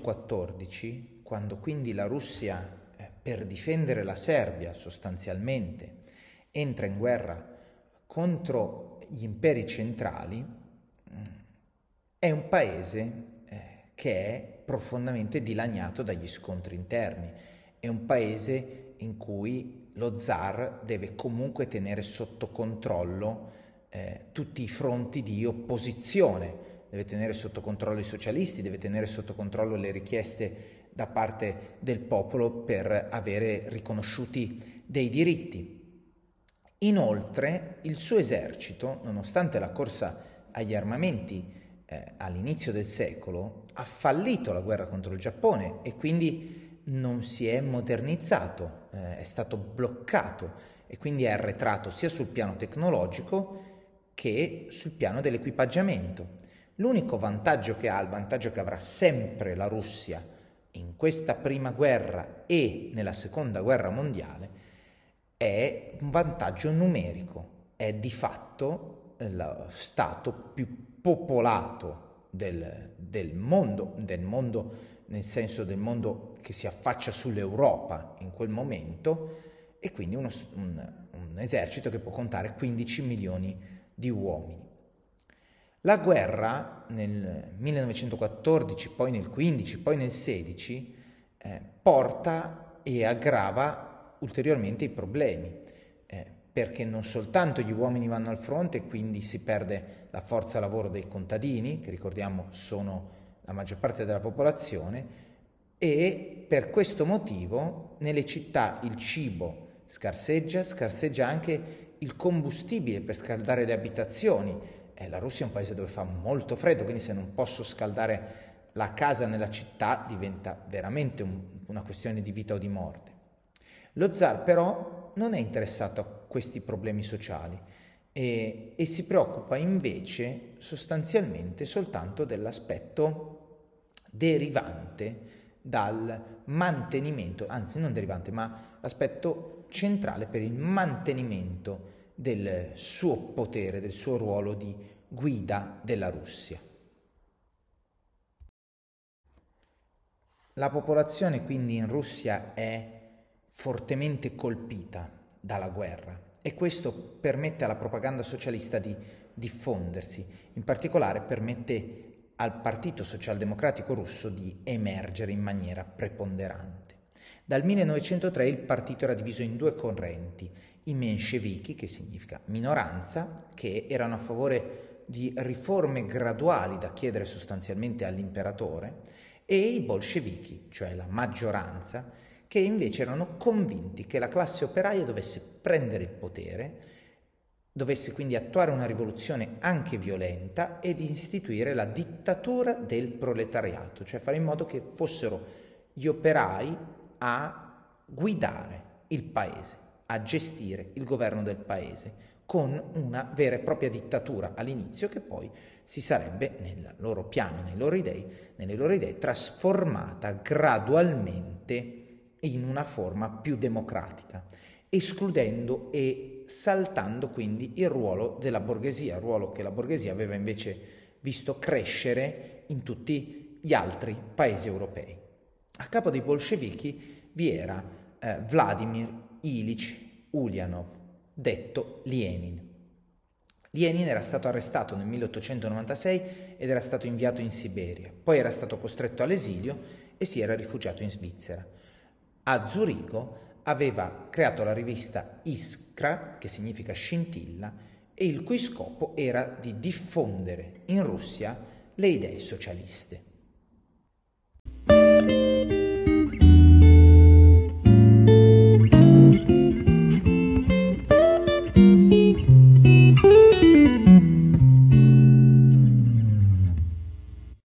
1914, quando quindi la Russia, per difendere la Serbia sostanzialmente, entra in guerra contro gli imperi centrali, è un paese che è profondamente dilaniato dagli scontri interni. È un paese in cui lo zar deve comunque tenere sotto controllo tutti i fronti di opposizione, deve tenere sotto controllo i socialisti, deve tenere sotto controllo le richieste da parte del popolo per avere riconosciuti dei diritti. Inoltre il suo esercito, nonostante la corsa agli armamenti all'inizio del secolo, ha fallito la guerra contro il Giappone e quindi non si è modernizzato, è stato bloccato e quindi è arretrato sia sul piano tecnologico che sul piano dell'equipaggiamento. L'unico vantaggio che ha, il vantaggio che avrà sempre la Russia in questa prima guerra e nella seconda guerra mondiale, è un vantaggio numerico, è di fatto lo stato più popolato del mondo nel senso del mondo che si affaccia sull'Europa in quel momento, e quindi un esercito che può contare 15 milioni di uomini. La guerra nel 1914, poi nel 15, poi nel 16, porta e aggrava ulteriormente i problemi, perché non soltanto gli uomini vanno al fronte e quindi si perde la forza lavoro dei contadini, che ricordiamo sono la maggior parte della popolazione, e per questo motivo nelle città il cibo scarseggia anche il combustibile per scaldare le abitazioni. La Russia è un paese dove fa molto freddo, quindi se non posso scaldare la casa nella città diventa veramente una questione di vita o di morte. Lo zar però non è interessato a questi problemi sociali e si preoccupa invece sostanzialmente soltanto dell'aspetto derivante dal mantenimento, anzi non derivante, ma l'aspetto centrale per il mantenimento del suo potere, del suo ruolo di guida della Russia. La popolazione quindi in Russia è fortemente colpita dalla guerra e questo permette alla propaganda socialista di diffondersi, in particolare permette al Partito Socialdemocratico russo di emergere in maniera preponderante. Dal 1903 il partito era diviso in due correnti, i menscevichi, che significa minoranza, che erano a favore di riforme graduali da chiedere sostanzialmente all'imperatore, e i bolscevichi, cioè la maggioranza, che invece erano convinti che la classe operaia dovesse prendere il potere, dovesse quindi attuare una rivoluzione anche violenta ed istituire la dittatura del proletariato, cioè fare in modo che fossero gli operai a guidare il paese, a gestire il governo del paese, con una vera e propria dittatura all'inizio che poi si sarebbe nel loro piano, nelle loro idee, trasformata gradualmente in una forma più democratica, escludendo e saltando quindi il ruolo della borghesia, il ruolo che la borghesia aveva invece visto crescere in tutti gli altri paesi europei. A capo dei bolscevichi vi era Vladimir Ilich Ulyanov, detto Lenin. Lenin era stato arrestato nel 1896 ed era stato inviato in Siberia, poi era stato costretto all'esilio e si era rifugiato in Svizzera. A Zurigo aveva creato la rivista Iskra, che significa scintilla, e il cui scopo era di diffondere in Russia le idee socialiste.